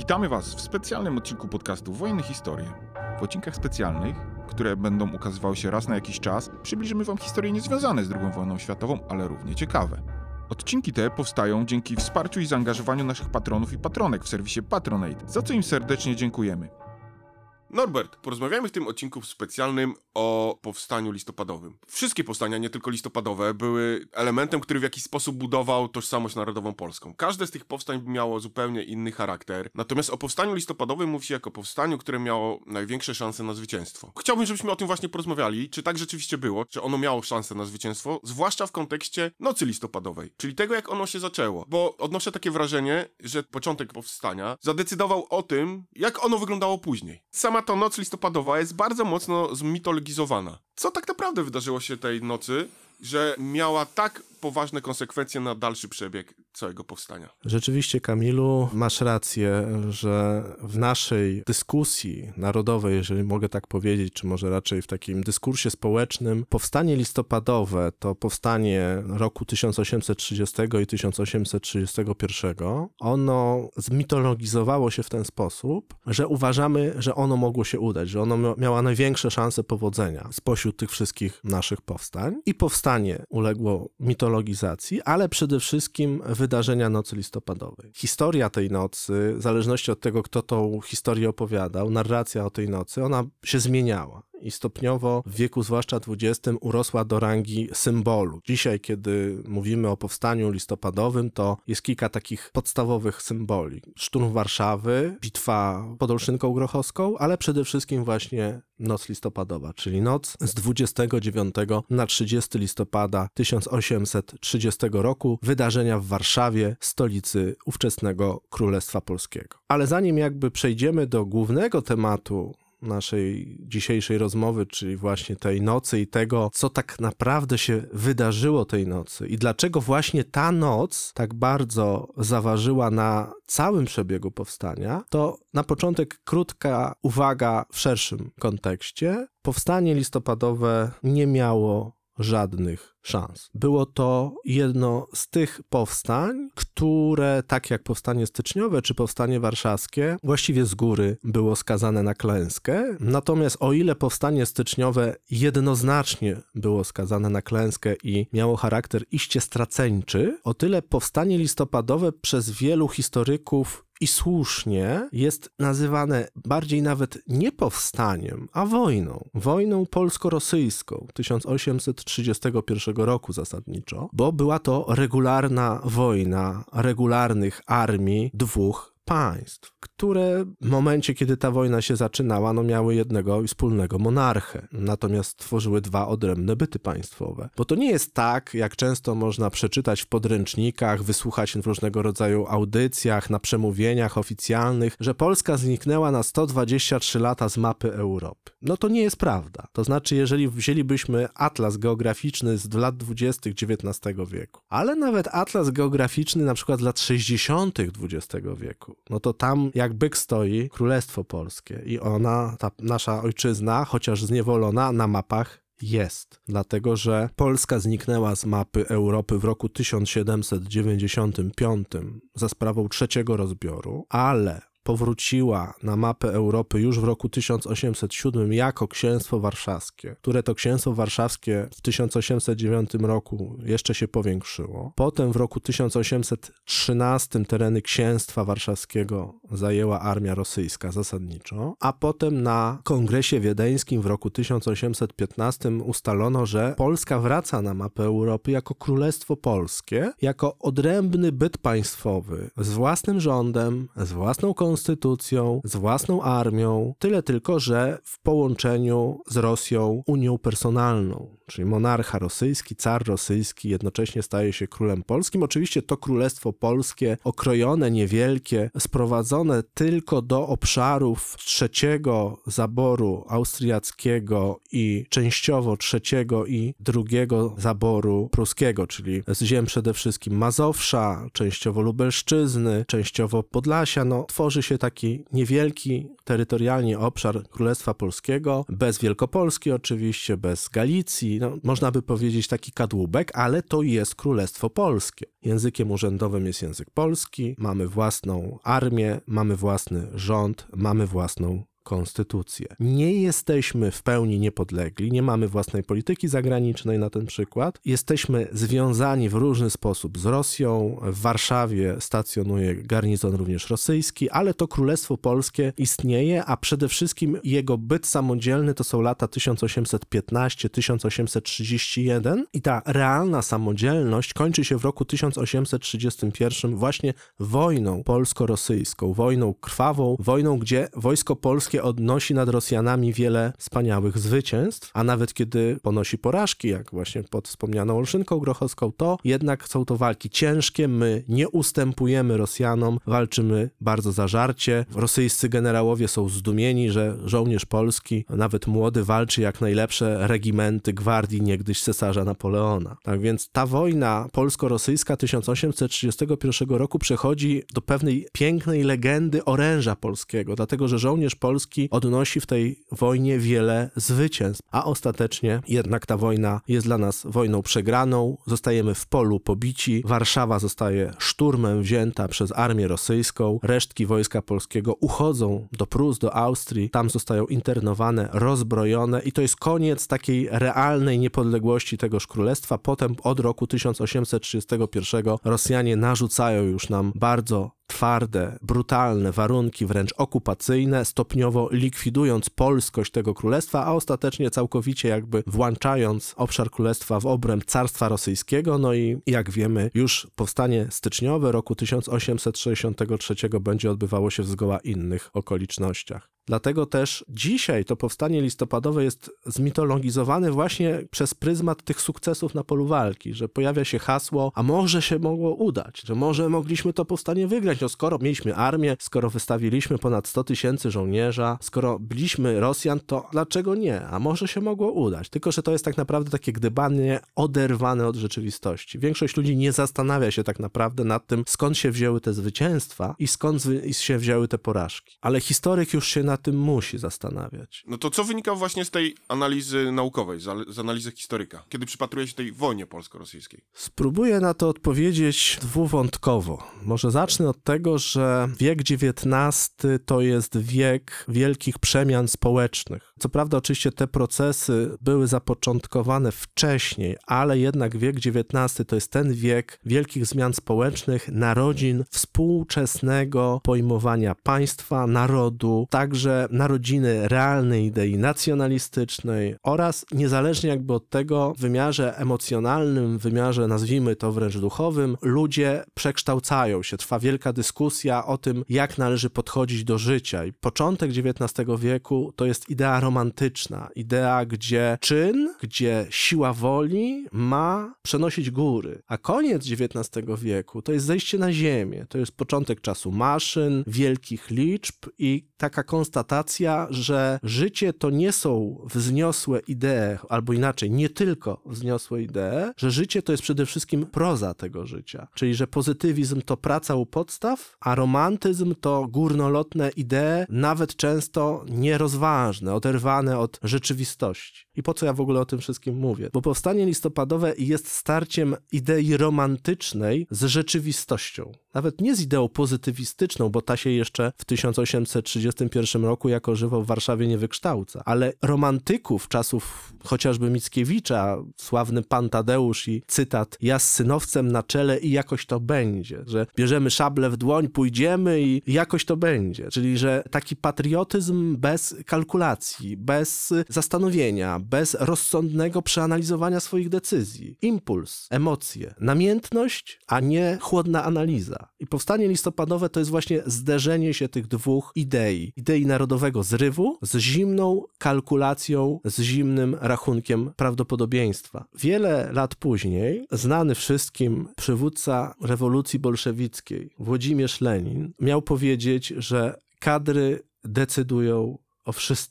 Witamy Was w specjalnym odcinku podcastu Wojenne Historie. W odcinkach specjalnych, które będą ukazywały się raz na jakiś czas, przybliżymy Wam historie niezwiązane z II wojną światową, ale równie ciekawe. Odcinki te powstają dzięki wsparciu i zaangażowaniu naszych patronów i patronek w serwisie Patronate, za co im serdecznie dziękujemy. Norbert, porozmawiamy w tym odcinku specjalnym o powstaniu listopadowym. Wszystkie powstania, nie tylko listopadowe, były elementem, który w jakiś sposób budował tożsamość narodową polską. Każde z tych powstań miało zupełnie inny charakter. Natomiast o powstaniu listopadowym mówi się jako powstaniu, które miało największe szanse na zwycięstwo. Chciałbym, żebyśmy o tym właśnie porozmawiali, czy tak rzeczywiście było, czy ono miało szansę na zwycięstwo, zwłaszcza w kontekście nocy listopadowej, czyli tego, jak ono się zaczęło. Bo odnoszę takie wrażenie, że początek powstania zadecydował o tym, jak ono wyglądało później. Sama ta noc listopadowa jest bardzo mocno zmitologizowana. Co tak naprawdę wydarzyło się tej nocy, że miała tak poważne konsekwencje na dalszy przebieg całego powstania? Rzeczywiście, Kamilu, masz rację, że w naszej dyskusji narodowej, jeżeli mogę tak powiedzieć, czy może raczej w takim dyskursie społecznym, powstanie listopadowe to powstanie roku 1830 i 1831, ono zmitologizowało się w ten sposób, że uważamy, że ono mogło się udać, że ono miało największe szanse powodzenia spośród tych wszystkich naszych powstań. I powstanie uległo mitologizacji, ale przede wszystkim wydarzenia nocy listopadowej. Historia tej nocy, w zależności od tego, kto tą historię opowiadał, narracja o tej nocy, ona się zmieniała. I stopniowo w wieku zwłaszcza XX urosła do rangi symbolu. Dzisiaj, kiedy mówimy o powstaniu listopadowym, to jest kilka takich podstawowych symboli. Szturm Warszawy, bitwa pod Olszynką Grochowską, ale przede wszystkim właśnie noc listopadowa, czyli noc z 29 na 30 listopada 1830 roku, wydarzenia w Warszawie, stolicy ówczesnego Królestwa Polskiego. Ale zanim jakby przejdziemy do głównego tematu naszej dzisiejszej rozmowy, czyli właśnie tej nocy i tego, co tak naprawdę się wydarzyło tej nocy i dlaczego właśnie ta noc tak bardzo zaważyła na całym przebiegu powstania, to na początek krótka uwaga w szerszym kontekście. Powstanie listopadowe nie miało żadnych szans. Było to jedno z tych powstań, które, tak jak powstanie styczniowe czy powstanie warszawskie, właściwie z góry było skazane na klęskę. Natomiast o ile powstanie styczniowe jednoznacznie było skazane na klęskę i miało charakter iście straceńczy, o tyle powstanie listopadowe przez wielu historyków i słusznie jest nazywane bardziej nawet nie powstaniem, a wojną. Wojną polsko-rosyjską 1831 roku zasadniczo, bo była to regularna wojna regularnych armii dwóch państw, które w momencie, kiedy ta wojna się zaczynała, miały jednego wspólnego monarchę, natomiast tworzyły dwa odrębne byty państwowe. Bo to nie jest tak, jak często można przeczytać w podręcznikach, wysłuchać w różnego rodzaju audycjach, na przemówieniach oficjalnych, że Polska zniknęła na 123 lata z mapy Europy. No to nie jest prawda. To znaczy, jeżeli wzięlibyśmy atlas geograficzny z lat 20. XIX wieku, ale nawet atlas geograficzny na przykład z lat 60. XX wieku, no to tam jak byk stoi Królestwo Polskie i ona, ta nasza ojczyzna, chociaż zniewolona, na mapach jest. Dlatego, że Polska zniknęła z mapy Europy w roku 1795 za sprawą trzeciego rozbioru, ale powróciła na mapę Europy już w roku 1807 jako Księstwo Warszawskie, które to Księstwo Warszawskie w 1809 roku jeszcze się powiększyło. Potem w roku 1813 tereny Księstwa Warszawskiego zajęła armia rosyjska zasadniczo, a potem na Kongresie Wiedeńskim w roku 1815 ustalono, że Polska wraca na mapę Europy jako Królestwo Polskie, jako odrębny byt państwowy z własnym rządem, z własną konstytucją, z własną armią, tyle tylko, że w połączeniu z Rosją unią personalną, czyli monarcha rosyjski, car rosyjski jednocześnie staje się królem polskim. Oczywiście to Królestwo Polskie, okrojone, niewielkie, sprowadzone tylko do obszarów trzeciego zaboru austriackiego i częściowo trzeciego i drugiego zaboru pruskiego, czyli z ziem przede wszystkim Mazowsza, częściowo Lubelszczyzny, częściowo Podlasia, tworzy się taki niewielki terytorialnie obszar Królestwa Polskiego, bez Wielkopolski oczywiście, bez Galicji, taki, można by powiedzieć, taki kadłubek, ale to jest Królestwo Polskie. Językiem urzędowym jest język polski, mamy własną armię, mamy własny rząd, mamy własną konstytucję. Nie jesteśmy w pełni niepodlegli, nie mamy własnej polityki zagranicznej na ten przykład. Jesteśmy związani w różny sposób z Rosją. W Warszawie stacjonuje garnizon również rosyjski, ale to Królestwo Polskie istnieje, a przede wszystkim jego byt samodzielny to są lata 1815-1831 i ta realna samodzielność kończy się w roku 1831 właśnie wojną polsko-rosyjską, wojną krwawą, wojną, gdzie wojsko polskie odnosi nad Rosjanami wiele wspaniałych zwycięstw, a nawet kiedy ponosi porażki, jak właśnie pod wspomnianą Olszynką Grochowską, to jednak są to walki ciężkie, my nie ustępujemy Rosjanom, walczymy bardzo zażarcie. Rosyjscy generałowie są zdumieni, że żołnierz polski, nawet młody, walczy jak najlepsze regimenty gwardii niegdyś cesarza Napoleona. Tak więc ta wojna polsko-rosyjska 1831 roku przechodzi do pewnej pięknej legendy oręża polskiego, dlatego że żołnierz polski odnosi w tej wojnie wiele zwycięstw, a ostatecznie jednak ta wojna jest dla nas wojną przegraną, zostajemy w polu pobici, Warszawa zostaje szturmem wzięta przez armię rosyjską, resztki wojska polskiego uchodzą do Prus, do Austrii, tam zostają internowane, rozbrojone i to jest koniec takiej realnej niepodległości tegoż królestwa. Potem od roku 1831 Rosjanie narzucają już nam bardzo twarde, brutalne warunki, wręcz okupacyjne, stopniowo likwidując polskość tego królestwa, a ostatecznie całkowicie jakby włączając obszar królestwa w obręb carstwa rosyjskiego. No i jak wiemy, już powstanie styczniowe roku 1863 będzie odbywało się w zgoła innych okolicznościach. Dlatego też dzisiaj to powstanie listopadowe jest zmitologizowane właśnie przez pryzmat tych sukcesów na polu walki, że pojawia się hasło, a może się mogło udać, że może mogliśmy to powstanie wygrać. No skoro mieliśmy armię, skoro wystawiliśmy ponad 100 000 żołnierza, skoro biliśmy Rosjan, to dlaczego nie? A może się mogło udać? Tylko że to jest tak naprawdę takie gdybanie oderwane od rzeczywistości. Większość ludzi nie zastanawia się tak naprawdę nad tym, skąd się wzięły te zwycięstwa i skąd się wzięły te porażki. Ale historyk już się na tym musi zastanawiać. No to co wynika właśnie z tej analizy naukowej, z analizy historyka, kiedy przypatruje się tej wojnie polsko-rosyjskiej? Spróbuję na to odpowiedzieć dwuwątkowo. Może zacznę od tego, że wiek XIX to jest wiek wielkich przemian społecznych. Co prawda oczywiście te procesy były zapoczątkowane wcześniej, ale jednak wiek XIX to jest ten wiek wielkich zmian społecznych, narodzin współczesnego pojmowania państwa, narodu, także narodziny realnej idei nacjonalistycznej oraz niezależnie jakby od tego w wymiarze emocjonalnym, w wymiarze nazwijmy to wręcz duchowym, ludzie przekształcają się. Trwa wielka dyskusja o tym, jak należy podchodzić do życia. I początek XIX wieku to jest idea romantyczna, idea, gdzie czyn, gdzie siła woli ma przenosić góry. A koniec XIX wieku to jest zejście na ziemię, to jest początek czasu maszyn, wielkich liczb i taka konstatacja, że życie to nie są wzniosłe idee, albo inaczej, nie tylko wzniosłe idee, że życie to jest przede wszystkim proza tego życia. Czyli, że pozytywizm to praca u podstaw, a romantyzm to górnolotne idee, nawet często nierozważne, oderwane od rzeczywistości. I po co ja w ogóle o tym wszystkim mówię? Bo powstanie listopadowe jest starciem idei romantycznej z rzeczywistością. Nawet nie z ideą pozytywistyczną, bo ta się jeszcze w 1831 roku jako żywo w Warszawie nie wykształca. Ale romantyków czasów chociażby Mickiewicza, sławny Pan Tadeusz i cytat: ja z synowcem na czele i jakoś to będzie, że bierzemy szablę w dłoń, pójdziemy i jakoś to będzie. Czyli, że taki patriotyzm bez kalkulacji, bez zastanowienia, bez rozsądnego przeanalizowania swoich decyzji. Impuls, emocje, namiętność, a nie chłodna analiza. I powstanie listopadowe to jest właśnie zderzenie się tych dwóch idei. Idei narodowego zrywu z zimną kalkulacją, z zimnym rachunkiem prawdopodobieństwa. Wiele lat później znany wszystkim przywódca rewolucji bolszewickiej, Włodzimierz Lenin, miał powiedzieć, że kadry decydują o wszystkim.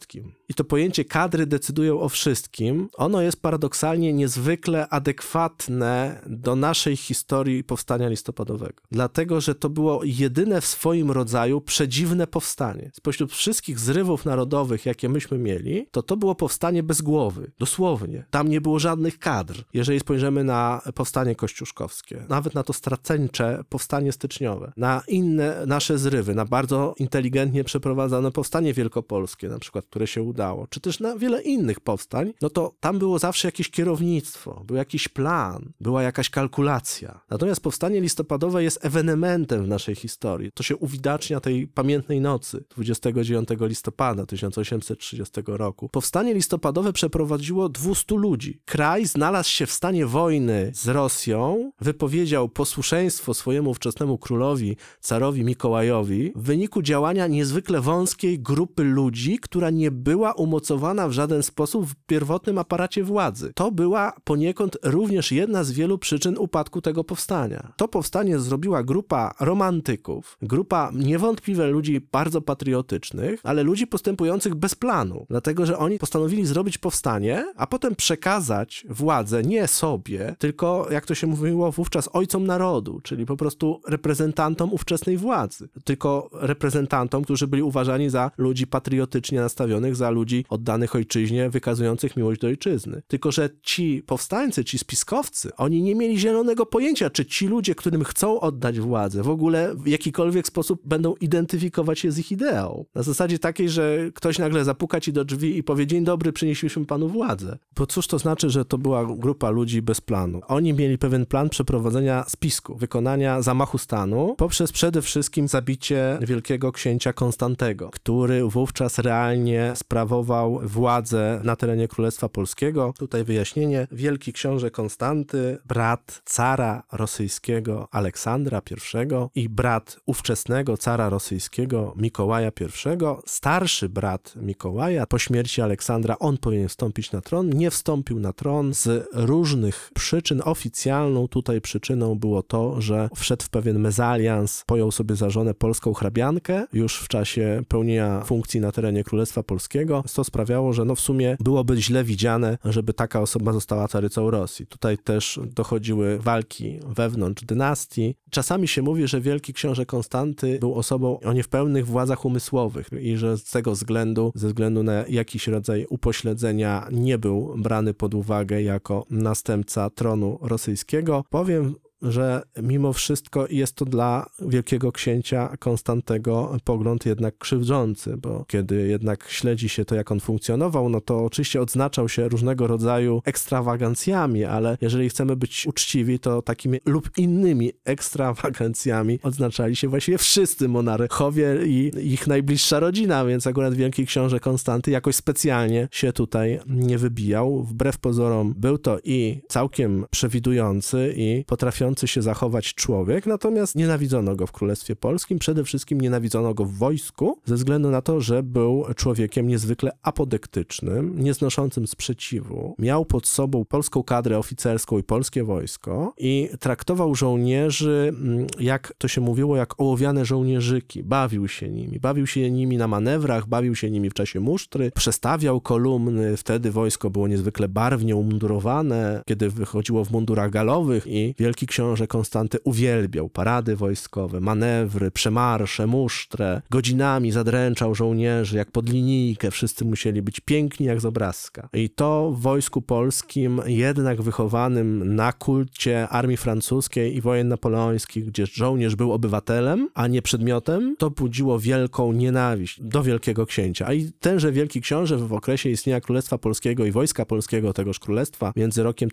i to pojęcie kadry decydują o wszystkim, ono jest paradoksalnie niezwykle adekwatne do naszej historii powstania listopadowego. Dlatego, że to było jedyne w swoim rodzaju przedziwne powstanie. Spośród wszystkich zrywów narodowych, jakie myśmy mieli, to było powstanie bez głowy. Dosłownie. Tam nie było żadnych kadr. Jeżeli spojrzymy na powstanie kościuszkowskie, nawet na to straceńcze powstanie styczniowe, na inne nasze zrywy, na bardzo inteligentnie przeprowadzone powstanie wielkopolskie, na przykład, które się udało, czy też na wiele innych powstań, no to tam było zawsze jakieś kierownictwo, był jakiś plan, była jakaś kalkulacja. Natomiast powstanie listopadowe jest ewenementem w naszej historii. To się uwidacznia tej pamiętnej nocy 29 listopada 1830 roku. Powstanie listopadowe przeprowadziło 200 ludzi. Kraj znalazł się w stanie wojny z Rosją, wypowiedział posłuszeństwo swojemu ówczesnemu królowi, carowi Mikołajowi, w wyniku działania niezwykle wąskiej grupy ludzi, która nie była umocowana w żaden sposób w pierwotnym aparacie władzy. To była poniekąd również jedna z wielu przyczyn upadku tego powstania. To powstanie zrobiła grupa romantyków, grupa niewątpliwie ludzi bardzo patriotycznych, ale ludzi postępujących bez planu, dlatego że oni postanowili zrobić powstanie, a potem przekazać władzę nie sobie, tylko, jak to się mówiło wówczas, ojcom narodu, czyli po prostu reprezentantom ówczesnej władzy, tylko reprezentantom, którzy byli uważani za ludzi patriotycznie nastawionych, za ludzi oddanych ojczyźnie, wykazujących miłość do ojczyzny. Tylko że ci powstańcy, ci spiskowcy, oni nie mieli zielonego pojęcia, czy ci ludzie, którym chcą oddać władzę, w ogóle w jakikolwiek sposób będą identyfikować się z ich ideą. Na zasadzie takiej, że ktoś nagle zapuka ci do drzwi i powie: dzień dobry, przynieśliśmy panu władzę. Bo cóż to znaczy, że to była grupa ludzi bez planu? Oni mieli pewien plan przeprowadzenia spisku, wykonania zamachu stanu poprzez przede wszystkim zabicie wielkiego księcia Konstantego, który wówczas realnie sprawował władzę na terenie Królestwa Polskiego. Tutaj wyjaśnienie. Wielki książę Konstanty, brat cara rosyjskiego Aleksandra I i brat ówczesnego cara rosyjskiego Mikołaja I, starszy brat Mikołaja, po śmierci Aleksandra on powinien wstąpić na tron, nie wstąpił na tron z różnych przyczyn. Oficjalną tutaj przyczyną było to, że wszedł w pewien mezalians, pojął sobie za żonę polską hrabiankę już w czasie pełnienia funkcji na terenie Królestwa Polskiego. To sprawiało, że w sumie byłoby źle widziane, żeby taka osoba została carycą Rosji. Tutaj też dochodziły walki wewnątrz dynastii. Czasami się mówi, że wielki książę Konstanty był osobą o niepełnych władzach umysłowych i że z tego względu, ze względu na jakiś rodzaj upośledzenia, nie był brany pod uwagę jako następca tronu rosyjskiego. Powiem, że mimo wszystko jest to dla wielkiego księcia Konstantego pogląd jednak krzywdzący, bo kiedy jednak śledzi się to, jak on funkcjonował, to oczywiście odznaczał się różnego rodzaju ekstrawagancjami, ale jeżeli chcemy być uczciwi, to takimi lub innymi ekstrawagancjami odznaczali się właściwie wszyscy monarchowie i ich najbliższa rodzina, więc akurat wielki książę Konstanty jakoś specjalnie się tutaj nie wybijał. Wbrew pozorom był to i całkiem przewidujący i potrafiący się zachować człowiek, natomiast nienawidzono go w Królestwie Polskim, przede wszystkim nienawidzono go w wojsku, ze względu na to, że był człowiekiem niezwykle apodyktycznym, nieznoszącym sprzeciwu, miał pod sobą polską kadrę oficerską i polskie wojsko i traktował żołnierzy, jak to się mówiło, jak ołowiane żołnierzyki. Bawił się nimi na manewrach, bawił się nimi w czasie musztry, przestawiał kolumny, wtedy wojsko było niezwykle barwnie umundurowane, kiedy wychodziło w mundurach galowych i wielki książę Konstanty uwielbiał parady wojskowe, manewry, przemarsze, musztrę. Godzinami zadręczał żołnierzy jak pod linijkę. Wszyscy musieli być piękni jak z obrazka. I to w wojsku polskim, jednak wychowanym na kulcie armii francuskiej i wojen napoleońskich, gdzie żołnierz był obywatelem, a nie przedmiotem, to budziło wielką nienawiść do wielkiego księcia. A i tenże wielki książę w okresie istnienia Królestwa Polskiego i Wojska Polskiego tegoż królestwa między rokiem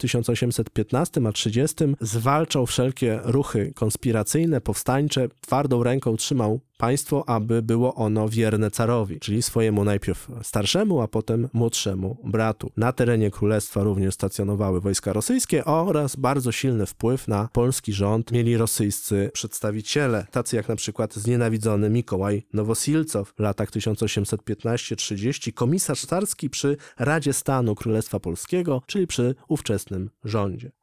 1815 a 30 zwalczał wszelkie ruchy konspiracyjne, powstańcze, twardą ręką trzymał państwo, aby było ono wierne carowi, czyli swojemu najpierw starszemu, a potem młodszemu bratu. Na terenie królestwa również stacjonowały wojska rosyjskie oraz bardzo silny wpływ na polski rząd mieli rosyjscy przedstawiciele, tacy jak na przykład znienawidzony Mikołaj Nowosilcow w latach 1815-30, komisarz carski przy Radzie Stanu Królestwa Polskiego, czyli przy ówczesnym rządzie.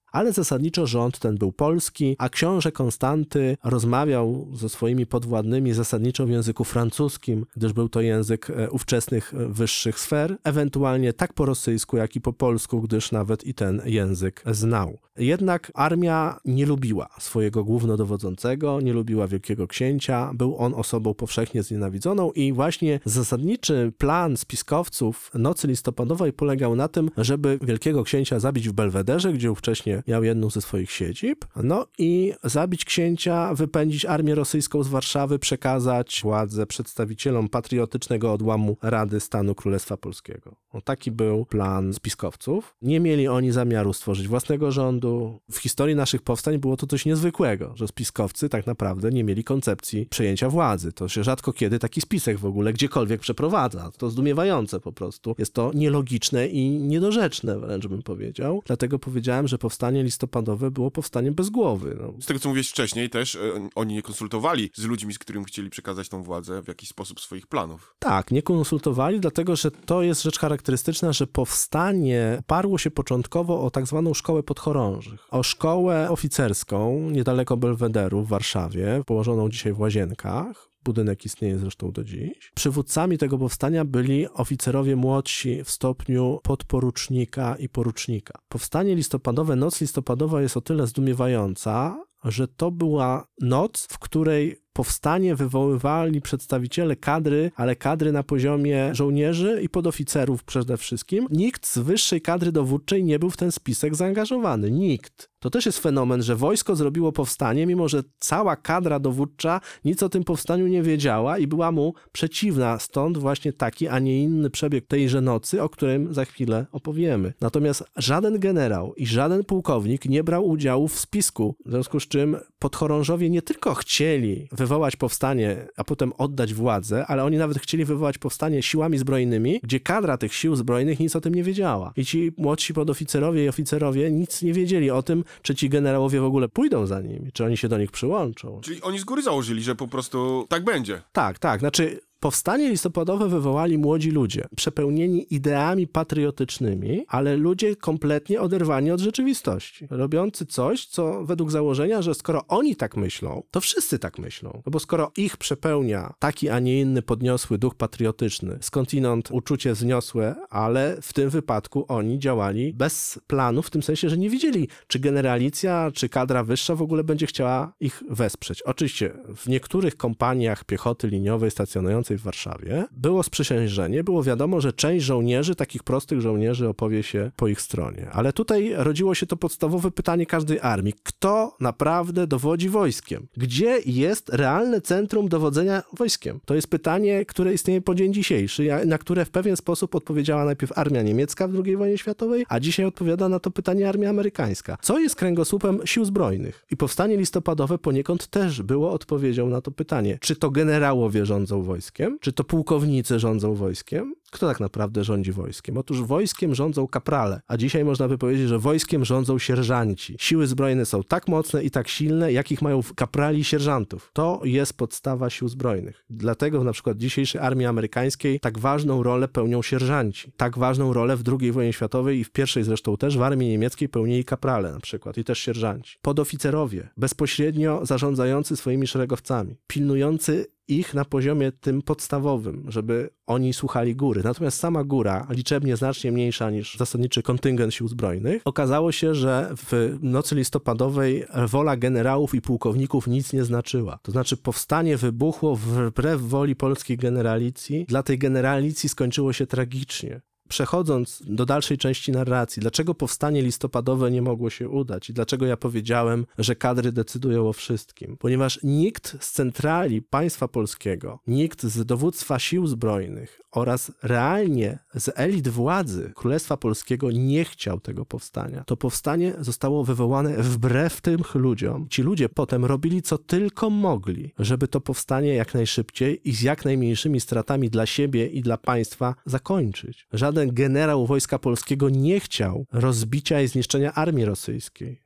ale zasadniczo rząd ten był polski, a książę Konstanty rozmawiał ze swoimi podwładnymi zasadniczo w języku francuskim, gdyż był to język ówczesnych wyższych sfer, ewentualnie tak po rosyjsku, jak i po polsku, gdyż nawet i ten język znał. Jednak armia nie lubiła swojego głównodowodzącego, nie lubiła wielkiego księcia, był on osobą powszechnie znienawidzoną i właśnie zasadniczy plan spiskowców nocy listopadowej polegał na tym, żeby wielkiego księcia zabić w Belwederze, gdzie ówcześnie miał jedną ze swoich siedzib, no i zabić księcia, wypędzić armię rosyjską z Warszawy, przekazać władzę przedstawicielom patriotycznego odłamu Rady Stanu Królestwa Polskiego. No, taki był plan spiskowców. Nie mieli oni zamiaru stworzyć własnego rządu. W historii naszych powstań było to coś niezwykłego, że spiskowcy tak naprawdę nie mieli koncepcji przejęcia władzy. To się rzadko kiedy taki spisek w ogóle gdziekolwiek przeprowadza. To zdumiewające po prostu. Jest to nielogiczne i niedorzeczne, wręcz bym powiedział. Dlatego powiedziałem, że powstanie listopadowe było powstaniem bez głowy. No. Z tego, co mówiłeś wcześniej, też oni nie konsultowali z ludźmi, z którymi chcieli przekazać tą władzę w jakiś sposób swoich planów. Tak, nie konsultowali, dlatego że to jest rzecz charakterystyczna, że powstanie oparło się początkowo o tak zwaną szkołę podchorążych. O szkołę oficerską niedaleko Belwederu w Warszawie, położoną dzisiaj w Łazienkach. Budynek istnieje zresztą do dziś. Przywódcami tego powstania byli oficerowie młodsi w stopniu podporucznika i porucznika. Powstanie listopadowe, noc listopadowa jest o tyle zdumiewająca, że to była noc, w której powstanie wywoływali przedstawiciele kadry, ale kadry na poziomie żołnierzy i podoficerów przede wszystkim. Nikt z wyższej kadry dowódczej nie był w ten spisek zaangażowany. Nikt. To też jest fenomen, że wojsko zrobiło powstanie, mimo że cała kadra dowódcza nic o tym powstaniu nie wiedziała i była mu przeciwna. Stąd właśnie taki, a nie inny przebieg tejże nocy, o którym za chwilę opowiemy. Natomiast żaden generał i żaden pułkownik nie brał udziału w spisku, w związku z czym podchorążowie nie tylko chcieli wywołać powstanie, a potem oddać władzę, ale oni nawet chcieli wywołać powstanie siłami zbrojnymi, gdzie kadra tych sił zbrojnych nic o tym nie wiedziała. I ci młodsi podoficerowie i oficerowie nic nie wiedzieli o tym, czy ci generałowie w ogóle pójdą za nimi, czy oni się do nich przyłączą. Czyli oni z góry założyli, że po prostu tak będzie. Tak, znaczy powstanie listopadowe wywołali młodzi ludzie, przepełnieni ideami patriotycznymi, ale ludzie kompletnie oderwani od rzeczywistości, robiący coś, co według założenia, że skoro oni tak myślą, to wszyscy tak myślą. No bo skoro ich przepełnia taki, a nie inny podniosły duch patriotyczny, skądinąd uczucie wzniosłe, ale w tym wypadku oni działali bez planu, w tym sensie, że nie wiedzieli, czy generalicja, czy kadra wyższa w ogóle będzie chciała ich wesprzeć. Oczywiście w niektórych kompaniach piechoty liniowej stacjonującej w Warszawie było sprzysiężenie, było wiadomo, że część żołnierzy, takich prostych żołnierzy, opowie się po ich stronie. Ale tutaj rodziło się to podstawowe pytanie każdej armii. Kto naprawdę dowodzi wojskiem? Gdzie jest realne centrum dowodzenia wojskiem? To jest pytanie, które istnieje po dzień dzisiejszy, na które w pewien sposób odpowiedziała najpierw armia niemiecka w II wojnie światowej, a dzisiaj odpowiada na to pytanie armia amerykańska. Co jest kręgosłupem sił zbrojnych? I powstanie listopadowe poniekąd też było odpowiedzią na to pytanie. Czy to generałowie rządzą wojskiem? Czy to pułkownicy rządzą wojskiem? Kto tak naprawdę rządzi wojskiem? Otóż wojskiem rządzą kaprale, a dzisiaj można by powiedzieć, że wojskiem rządzą sierżanci. Siły zbrojne są tak mocne i tak silne, jakich mają kaprali i sierżantów. To jest podstawa sił zbrojnych. Dlatego na przykład w dzisiejszej armii amerykańskiej tak ważną rolę pełnią sierżanci. Tak ważną rolę w II wojnie światowej i w pierwszej zresztą też w armii niemieckiej pełnili kaprale na przykład i też sierżanci. Podoficerowie, bezpośrednio zarządzający swoimi szeregowcami, pilnujący ich na poziomie tym podstawowym, żeby oni słuchali góry. Natomiast sama góra, liczebnie znacznie mniejsza niż zasadniczy kontyngent sił zbrojnych, okazało się, że w nocy listopadowej wola generałów i pułkowników nic nie znaczyła. To znaczy powstanie wybuchło wbrew woli polskiej generalicji. Dla tej generalicji skończyło się tragicznie. Przechodząc do dalszej części narracji, dlaczego powstanie listopadowe nie mogło się udać i dlaczego ja powiedziałem, że kadry decydują o wszystkim? Ponieważ nikt z centrali państwa polskiego, nikt z dowództwa sił zbrojnych oraz realnie z elit władzy Królestwa Polskiego nie chciał tego powstania. To powstanie zostało wywołane wbrew tym ludziom. Ci ludzie potem robili co tylko mogli, żeby to powstanie jak najszybciej i z jak najmniejszymi stratami dla siebie i dla państwa zakończyć. Żaden generał Wojska Polskiego nie chciał rozbicia i zniszczenia armii rosyjskiej.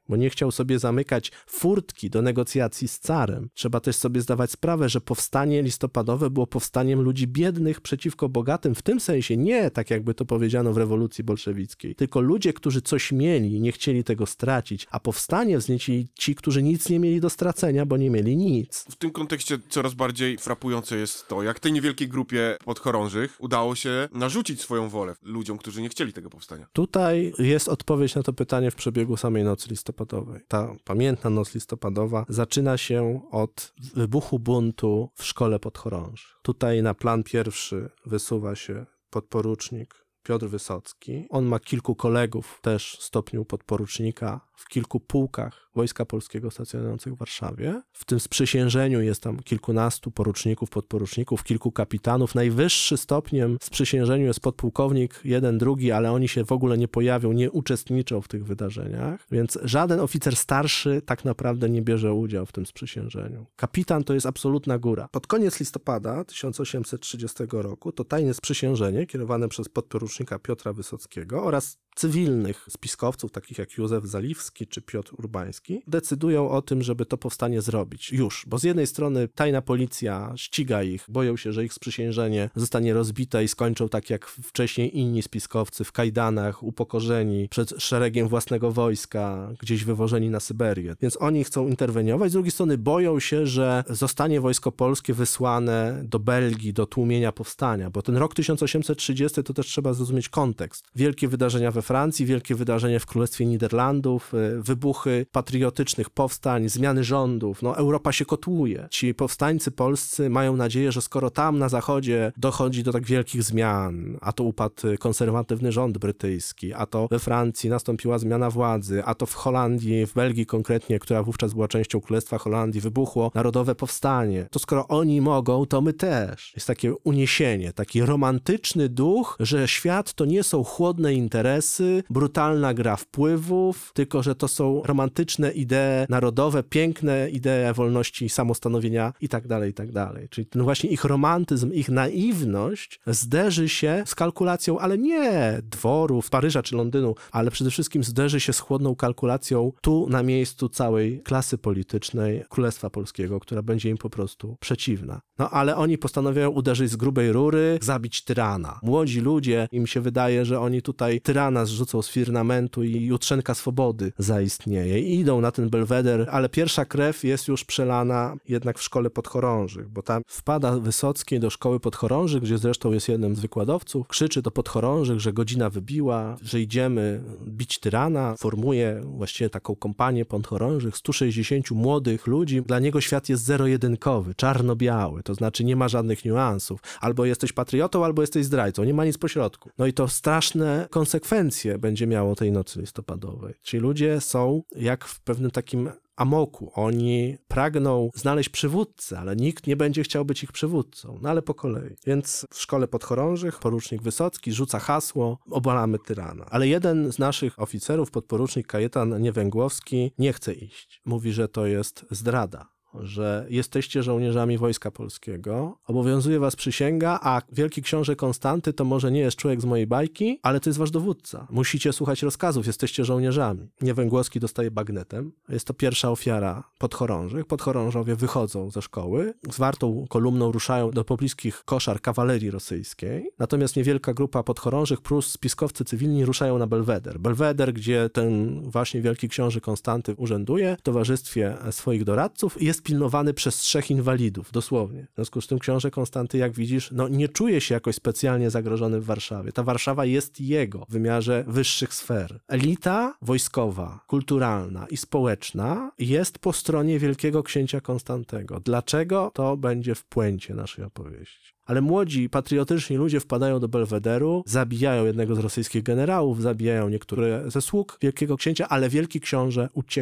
bo nie chciał sobie zamykać furtki do negocjacji z carem. Trzeba też sobie zdawać sprawę, że powstanie listopadowe było powstaniem ludzi biednych przeciwko bogatym, w tym sensie nie tak jakby to powiedziano w rewolucji bolszewickiej, tylko ludzie, którzy coś mieli i nie chcieli tego stracić, a powstanie wzniecili ci, którzy nic nie mieli do stracenia, bo nie mieli nic. W tym kontekście coraz bardziej frapujące jest to, jak tej niewielkiej grupie podchorążych udało się narzucić swoją wolę ludziom, którzy nie chcieli tego powstania. Tutaj jest odpowiedź na to pytanie w przebiegu samej nocy listopadowej. Ta pamiętna noc listopadowa zaczyna się od wybuchu buntu w szkole podchorążych. Tutaj na plan pierwszy wysuwa się podporucznik Piotr Wysocki. On ma kilku kolegów też w stopniu podporucznika w kilku pułkach Wojska Polskiego stacjonujących w Warszawie. W tym sprzysiężeniu jest tam kilkunastu poruczników, podporuczników, kilku kapitanów. Najwyższy stopniem w sprzysiężeniu jest podpułkownik, jeden, drugi, ale oni się w ogóle nie pojawią, nie uczestniczą w tych wydarzeniach, więc żaden oficer starszy tak naprawdę nie bierze udziału w tym sprzysiężeniu. Kapitan to jest absolutna góra. Pod koniec listopada 1830 roku to tajne sprzysiężenie kierowane przez podporucznika Piotra Wysockiego oraz cywilnych spiskowców, takich jak Józef Zaliwski czy Piotr Urbański, decydują o tym, żeby to powstanie zrobić. Już, bo z jednej strony tajna policja ściga ich, boją się, że ich sprzysiężenie zostanie rozbite i skończą tak jak wcześniej inni spiskowcy w kajdanach, upokorzeni przed szeregiem własnego wojska, gdzieś wywożeni na Syberię. Więc oni chcą interweniować, z drugiej strony boją się, że zostanie wojsko polskie wysłane do Belgii, do tłumienia powstania, bo ten rok 1830 to też trzeba zrozumieć kontekst. Wielkie wydarzenia we Francji, wielkie wydarzenia w Królestwie Niderlandów, wybuchy patriotycznych powstań, zmiany rządów. No, Europa się kotłuje. Ci powstańcy polscy mają nadzieję, że skoro tam na zachodzie dochodzi do tak wielkich zmian, a to upadł konserwatywny rząd brytyjski, a to we Francji nastąpiła zmiana władzy, a to w Holandii, w Belgii konkretnie, która wówczas była częścią Królestwa Holandii, wybuchło narodowe powstanie. To skoro oni mogą, to my też. Jest takie uniesienie, taki romantyczny duch, że świat to nie są chłodne interesy, brutalna gra wpływów, tylko że to są romantyczne idee narodowe, piękne idee wolności, samostanowienia i tak dalej, i tak dalej. Czyli ten właśnie ich romantyzm, ich naiwność zderzy się z kalkulacją, ale nie dworów Paryża czy Londynu, ale przede wszystkim zderzy się z chłodną kalkulacją tu na miejscu całej klasy politycznej Królestwa Polskiego, która będzie im po prostu przeciwna. No ale oni postanawiają uderzyć z grubej rury, zabić tyrana. Młodzi ludzie, im się wydaje, że oni tutaj tyrana zrzucą z firmamentu i jutrzenka swobody zaistnieje. I idą na ten belweder, ale pierwsza krew jest już przelana jednak w szkole podchorążych, bo tam wpada Wysocki do szkoły podchorążych, gdzie zresztą jest jednym z wykładowców, krzyczy do podchorążych, że godzina wybiła, że idziemy bić tyrana, formuje właściwie taką kompanię podchorążych, 160 młodych ludzi. Dla niego świat jest zero-jedynkowy, czarno-biały, to znaczy nie ma żadnych niuansów. Albo jesteś patriotą, albo jesteś zdrajcą, nie ma nic pośrodku. No i to straszne konsekwencje będzie miało tej nocy listopadowej. Ci ludzie są jak w pewnym takim amoku. Oni pragną znaleźć przywódcę, ale nikt nie będzie chciał być ich przywódcą. No ale po kolei. Więc w szkole podchorążych porucznik Wysocki rzuca hasło: obalamy tyrana. Ale jeden z naszych oficerów, podporucznik Kajetan Niewęgłowski, nie chce iść. Mówi, że to jest zdrada, że jesteście żołnierzami Wojska Polskiego, obowiązuje was przysięga, a wielki książę Konstanty to może nie jest człowiek z mojej bajki, ale to jest wasz dowódca. Musicie słuchać rozkazów, jesteście żołnierzami. Niewęgłowski dostaje bagnetem. Jest to pierwsza ofiara podchorążych. Podchorążowie wychodzą ze szkoły, zwartą kolumną ruszają do pobliskich koszar kawalerii rosyjskiej, natomiast niewielka grupa podchorążych plus spiskowcy cywilni ruszają na Belweder. Belweder, gdzie ten właśnie wielki książę Konstanty urzęduje w towarzystwie swoich doradców i jest pilnowany przez 3 inwalidów, dosłownie. W związku z tym książę Konstanty, jak widzisz, no nie czuje się jakoś specjalnie zagrożony w Warszawie. Ta Warszawa jest jego w wymiarze wyższych sfer. Elita wojskowa, kulturalna i społeczna jest po stronie wielkiego księcia Konstantego. Dlaczego? To będzie w puencie naszej opowieści. Ale młodzi, patriotyczni ludzie wpadają do Belwederu, zabijają jednego z rosyjskich generałów, zabijają niektóre ze sług wielkiego księcia, ale wielki książę ucieka.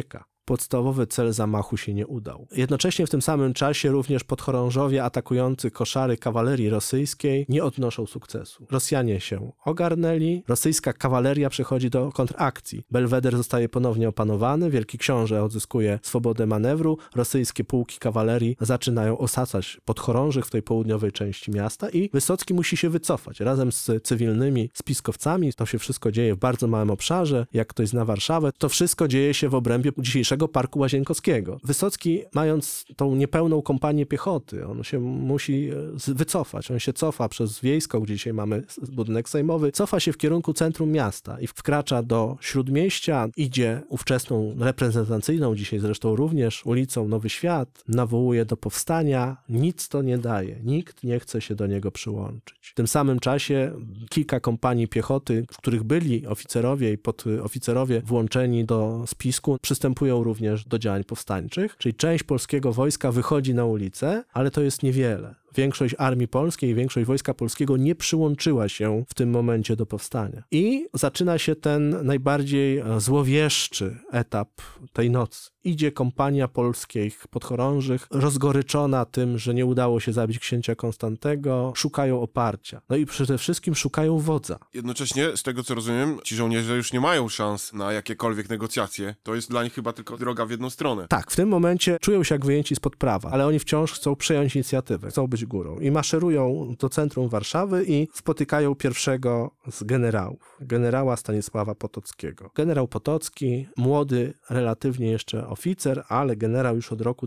podstawowy cel zamachu się nie udał. Jednocześnie w tym samym czasie również podchorążowie atakujący koszary kawalerii rosyjskiej nie odnoszą sukcesu. Rosjanie się ogarnęli, rosyjska kawaleria przechodzi do kontrakcji. Belweder zostaje ponownie opanowany, Wielki Książę odzyskuje swobodę manewru, rosyjskie pułki kawalerii zaczynają osadzać podchorążych w tej południowej części miasta i Wysocki musi się wycofać razem z cywilnymi spiskowcami. To się wszystko dzieje w bardzo małym obszarze. Jak ktoś zna Warszawę, to wszystko dzieje się w obrębie dzisiejszego Parku Łazienkowskiego. Wysocki, mając tą niepełną kompanię piechoty, on się musi wycofać. On się cofa przez Wiejską, gdzie dzisiaj mamy budynek sejmowy, cofa się w kierunku centrum miasta i wkracza do Śródmieścia, idzie ówczesną reprezentacyjną, dzisiaj zresztą również ulicą Nowy Świat, nawołuje do powstania. Nic to nie daje. Nikt nie chce się do niego przyłączyć. W tym samym czasie kilka kompanii piechoty, w których byli oficerowie i podoficerowie włączeni do spisku, przystępują również do działań powstańczych, czyli część polskiego wojska wychodzi na ulicę, ale to jest niewiele. Większość armii polskiej i większość wojska polskiego nie przyłączyła się w tym momencie do powstania. I zaczyna się ten najbardziej złowieszczy etap tej nocy. Idzie kompania polskich podchorążych, rozgoryczona tym, że nie udało się zabić księcia Konstantego, szukają oparcia. No i przede wszystkim szukają wodza. Jednocześnie, z tego co rozumiem, ci żołnierze już nie mają szans na jakiekolwiek negocjacje. To jest dla nich chyba tylko droga w jedną stronę. Tak, w tym momencie czują się jak wyjęci spod prawa, ale oni wciąż chcą przejąć inicjatywę, chcą być górą. I maszerują do centrum Warszawy i spotykają pierwszego z generałów, generała Stanisława Potockiego. Generał Potocki, młody, relatywnie jeszcze oficer, ale generał już od roku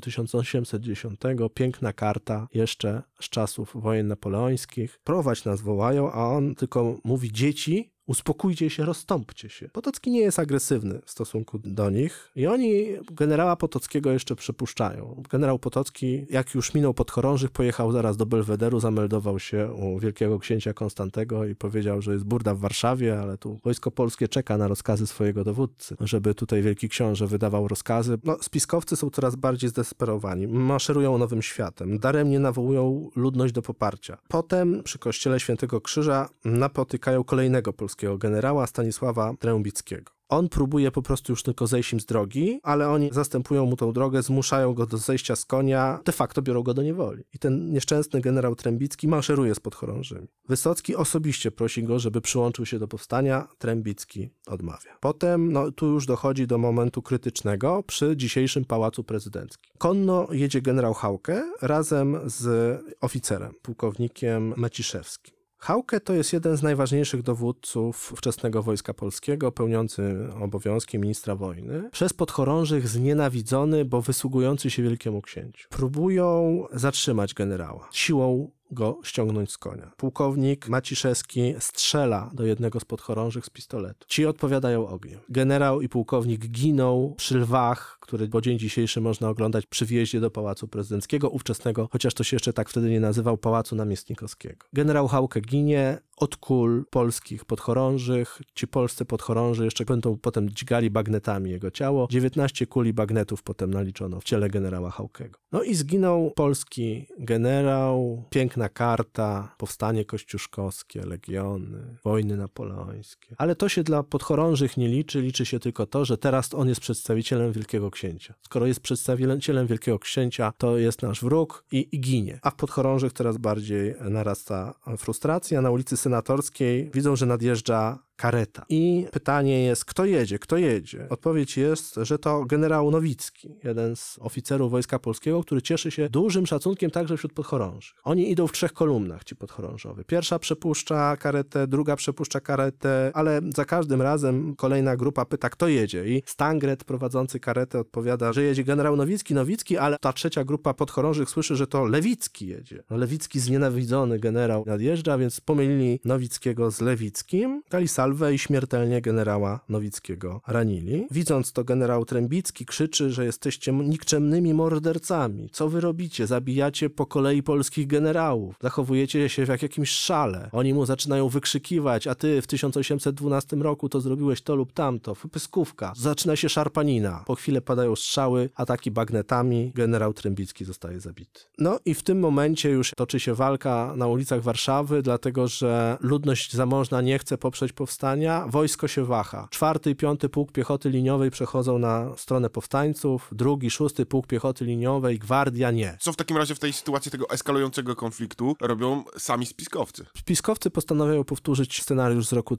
1810, piękna karta jeszcze z czasów wojen napoleońskich. Prowadź nas wołają, a on tylko mówi: dzieci, uspokójcie się, rozstąpcie się. Potocki nie jest agresywny w stosunku do nich i oni generała Potockiego jeszcze przepuszczają. Generał Potocki, jak już minął podchorążych, pojechał zaraz do Belwederu, zameldował się u wielkiego księcia Konstantego i powiedział, że jest burda w Warszawie, ale tu wojsko polskie czeka na rozkazy swojego dowódcy, żeby tutaj wielki książę wydawał rozkazy. No, spiskowcy są coraz bardziej zdesperowani, maszerują Nowym Światem, daremnie nawołują ludność do poparcia. Potem przy kościele Świętego Krzyża napotykają kolejnego polskiego generała Stanisława Trębickiego. On próbuje po prostu już tylko zejść im z drogi, ale oni zastępują mu tą drogę, zmuszają go do zejścia z konia, de facto biorą go do niewoli. I ten nieszczęsny generał Trębicki maszeruje z podchorążymi. Wysocki osobiście prosi go, żeby przyłączył się do powstania, Trębicki odmawia. Potem, tu już dochodzi do momentu krytycznego przy dzisiejszym Pałacu Prezydenckim. Konno jedzie generał Hauke razem z oficerem, pułkownikiem Maciszewskim. Hauke to jest jeden z najważniejszych dowódców wczesnego Wojska Polskiego, pełniący obowiązki ministra wojny. Przez podchorążych znienawidzony, bo wysługujący się wielkiemu księciu. Próbują zatrzymać generała, siłą go ściągnąć z konia. Pułkownik Maciszewski strzela do jednego z podchorążych z pistoletu. Ci odpowiadają ogniem. Generał i pułkownik giną przy lwach, który po dzień dzisiejszy można oglądać przy wjeździe do Pałacu Prezydenckiego, ówczesnego, chociaż to się jeszcze tak wtedy nie nazywał, Pałacu Namiestnikowskiego. Generał Hauke ginie od kul polskich podchorążych. Ci polscy podchorąży jeszcze będą potem dźgali bagnetami jego ciało. 19 kuli bagnetów potem naliczono w ciele generała Haukego. No i zginął polski generał, piękna karta, powstanie kościuszkowskie, legiony, wojny napoleońskie. Ale to się dla podchorążych nie liczy, liczy się tylko to, że teraz on jest przedstawicielem wielkiego księcia. Skoro jest przedstawicielem wielkiego księcia, to jest nasz wróg i ginie. A w podchorążych coraz bardziej narasta frustracja. Na ulicy Senatorskiej widzą, że nadjeżdża kareta. I pytanie jest, kto jedzie? Kto jedzie? Odpowiedź jest, że to generał Nowicki, jeden z oficerów Wojska Polskiego, który cieszy się dużym szacunkiem także wśród podchorążych. Oni idą w 3 kolumnach, ci podchorążowie. Pierwsza przepuszcza karetę, druga przepuszcza karetę, ale za każdym razem kolejna grupa pyta, kto jedzie. I Stangret, prowadzący karetę, odpowiada, że jedzie generał Nowicki, ale ta trzecia grupa podchorążych słyszy, że to Lewicki jedzie. No, Lewicki, znienawidzony generał, nadjeżdża, więc pomylili Nowickiego z Lewickim, dali salwę i śmiertelnie generała Nowickiego ranili. Widząc to, generał Trębicki krzyczy, że jesteście nikczemnymi mordercami. Co wy robicie? Zabijacie po kolei polskich generałów. Zachowujecie się jak jakimś szale. Oni mu zaczynają wykrzykiwać, a ty w 1812 roku to zrobiłeś to lub tamto. Pyskówka. Zaczyna się szarpanina. Po chwilę padają strzały, ataki bagnetami. Generał Trębicki zostaje zabity. No i w tym momencie już toczy się walka na ulicach Warszawy, dlatego że ludność zamożna nie chce poprzeć powstania. powstania, wojsko się waha. 4. i 5. Pułk Piechoty Liniowej przechodzą na stronę powstańców, 2., 6. Pułk Piechoty Liniowej, Gwardia nie. Co w takim razie w tej sytuacji tego eskalującego konfliktu robią sami spiskowcy? Spiskowcy postanawiają powtórzyć scenariusz z roku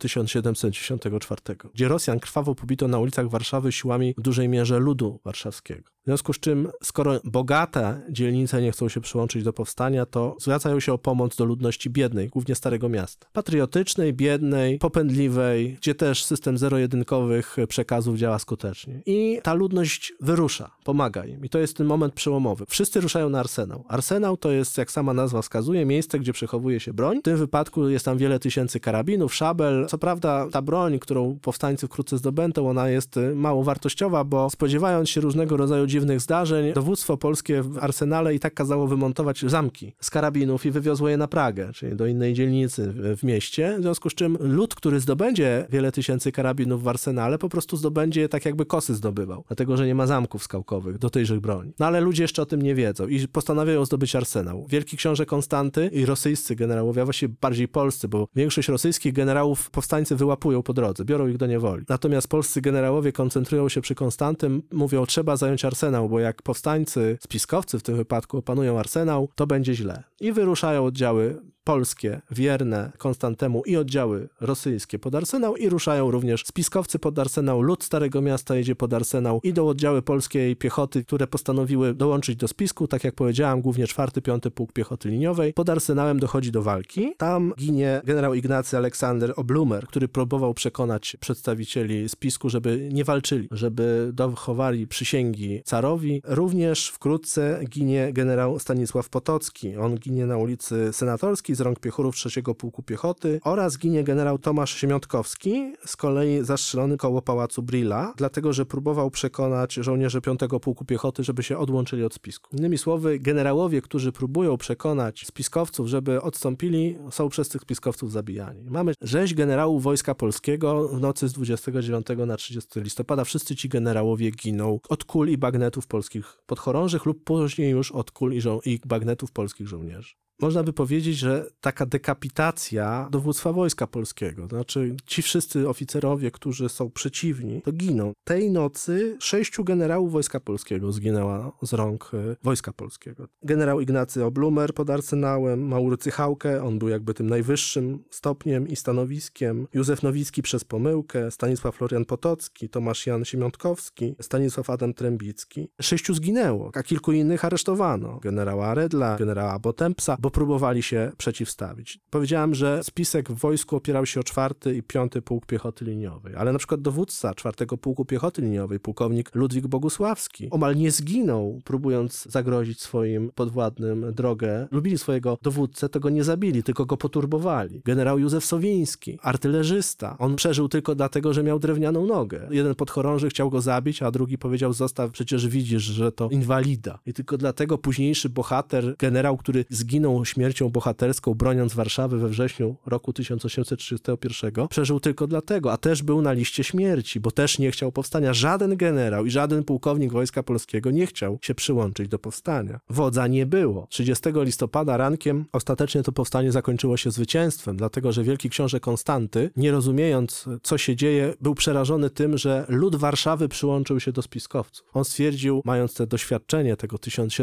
1794, gdzie Rosjan krwawo pobito na ulicach Warszawy siłami w dużej mierze ludu warszawskiego. W związku z czym, skoro bogate dzielnice nie chcą się przyłączyć do powstania, to zwracają się o pomoc do ludności biednej, głównie Starego Miasta. Patriotycznej, biednej, popędliwej, gdzie też system zero-jedynkowych przekazów działa skutecznie. I ta ludność wyrusza, pomaga im. I to jest ten moment przełomowy. Wszyscy ruszają na Arsenał. Arsenał to jest, jak sama nazwa wskazuje, miejsce, gdzie przechowuje się broń. W tym wypadku jest tam wiele tysięcy karabinów, szabel. Co prawda ta broń, którą powstańcy wkrótce zdobędą, ona jest mało wartościowa, bo spodziewając się różnego rodzaju dziwnych zdarzeń, dowództwo polskie w arsenale i tak kazało wymontować zamki z karabinów i wywiozło je na Pragę, czyli do innej dzielnicy w mieście. W związku z czym lud, który zdobędzie wiele tysięcy karabinów w arsenale, po prostu zdobędzie je tak, jakby kosy zdobywał, dlatego że nie ma zamków skałkowych do tejże broni. No ale ludzie jeszcze o tym nie wiedzą i postanawiają zdobyć arsenał. Wielki książę Konstanty i rosyjscy generałowie, a właściwie bardziej polscy, bo większość rosyjskich generałów powstańcy wyłapują po drodze, biorą ich do niewoli. Natomiast polscy generałowie koncentrują się przy Konstantym, mówią, trzeba zająć arsenał, bo jak powstańcy, spiskowcy w tym wypadku opanują arsenał, to będzie źle. I wyruszają oddziały polskie, wierne Konstantemu i oddziały rosyjskie pod arsenał i ruszają również spiskowcy pod arsenał, lud Starego Miasta jedzie pod arsenał, idą oddziały polskiej piechoty, które postanowiły dołączyć do spisku, tak jak powiedziałam, głównie 4., 5. Pułk Piechoty Liniowej. Pod arsenałem dochodzi do walki. Tam ginie generał Ignacy Aleksander Oblumer, który próbował przekonać przedstawicieli spisku, żeby nie walczyli, żeby dochowali przysięgi carowi. Również wkrótce ginie generał Stanisław Potocki. On ginie na ulicy Senatorskiej z rąk piechurów 3. Pułku Piechoty oraz ginie generał Tomasz Siemiątkowski, z kolei zastrzelony koło Pałacu Brilla, dlatego że próbował przekonać żołnierzy 5. Pułku Piechoty, żeby się odłączyli od spisku. Innymi słowy, generałowie, którzy próbują przekonać spiskowców, żeby odstąpili, są przez tych spiskowców zabijani. Mamy rzeź generałów Wojska Polskiego w nocy z 29 na 30 listopada. Wszyscy ci generałowie giną od kul i bagnetów polskich podchorążych lub później już od kul i bagnetów polskich żołnierzy. Można by powiedzieć, że taka dekapitacja dowództwa Wojska Polskiego, to znaczy ci wszyscy oficerowie, którzy są przeciwni, to giną. Tej nocy 6 generałów Wojska Polskiego zginęła z rąk Wojska Polskiego. Generał Ignacy Oblumer pod arsenałem, Maurycy Hałke, on był jakby tym najwyższym stopniem i stanowiskiem, Józef Nowicki przez pomyłkę, Stanisław Florian Potocki, Tomasz Jan Siemiątkowski, Stanisław Adam Trębicki. 6 zginęło, a kilku innych aresztowano. Generała Redla, generała Botempsa, bo próbowali się przeciwstawić. Powiedziałem, że spisek w wojsku opierał się o 4. i 5. Pułk Piechoty Liniowej, ale na przykład dowódca 4. Pułku Piechoty Liniowej, pułkownik Ludwik Bogusławski, omal nie zginął, próbując zagrozić swoim podwładnym drogę. Lubili swojego dowódcę, to go nie zabili, tylko go poturbowali. Generał Józef Sowiński, artylerzysta, on przeżył tylko dlatego, że miał drewnianą nogę. Jeden podchorąży chciał go zabić, a drugi powiedział, zostaw, przecież widzisz, że to inwalida. I tylko dlatego późniejszy bohater, generał, który zginął śmiercią bohaterską, broniąc Warszawy we wrześniu roku 1831, przeżył tylko dlatego, a też był na liście śmierci, bo też nie chciał powstania. Żaden generał i żaden pułkownik Wojska Polskiego nie chciał się przyłączyć do powstania. Wodza nie było. 30 listopada rankiem ostatecznie to powstanie zakończyło się zwycięstwem, dlatego że wielki książę Konstanty, nie rozumiejąc, co się dzieje, był przerażony tym, że lud Warszawy przyłączył się do spiskowców. On stwierdził, mając te doświadczenie tego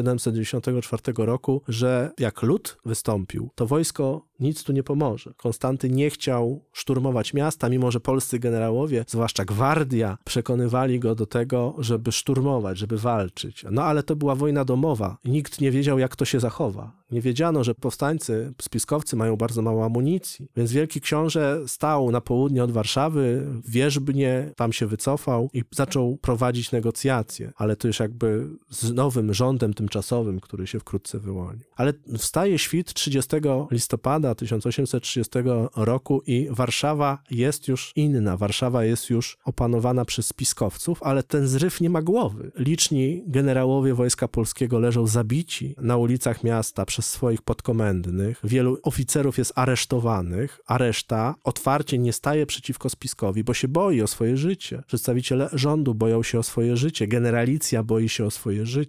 1794 roku, że jak lud wystąpił, to wojsko nic tu nie pomoże. Konstanty nie chciał szturmować miasta, mimo że polscy generałowie, zwłaszcza gwardia, przekonywali go do tego, żeby szturmować, żeby walczyć. No ale to była wojna domowa i nikt nie wiedział, jak to się zachowa. Nie wiedziano, że powstańcy, spiskowcy mają bardzo mało amunicji, więc wielki książę stał na południe od Warszawy, w Wierzbnie, tam się wycofał i zaczął prowadzić negocjacje, ale to już jakby z nowym rządem tymczasowym, który się wkrótce wyłonił. Ale wstaje świt 30 listopada 1830 roku i Warszawa jest już inna. Warszawa jest już opanowana przez spiskowców, ale ten zryw nie ma głowy. Liczni generałowie Wojska Polskiego leżą zabici na ulicach miasta przez swoich podkomendnych. Wielu oficerów jest aresztowanych, a reszta otwarcie nie staje przeciwko spiskowi, bo się boi o swoje życie. Przedstawiciele rządu boją się o swoje życie. Generalicja boi się o swoje życie.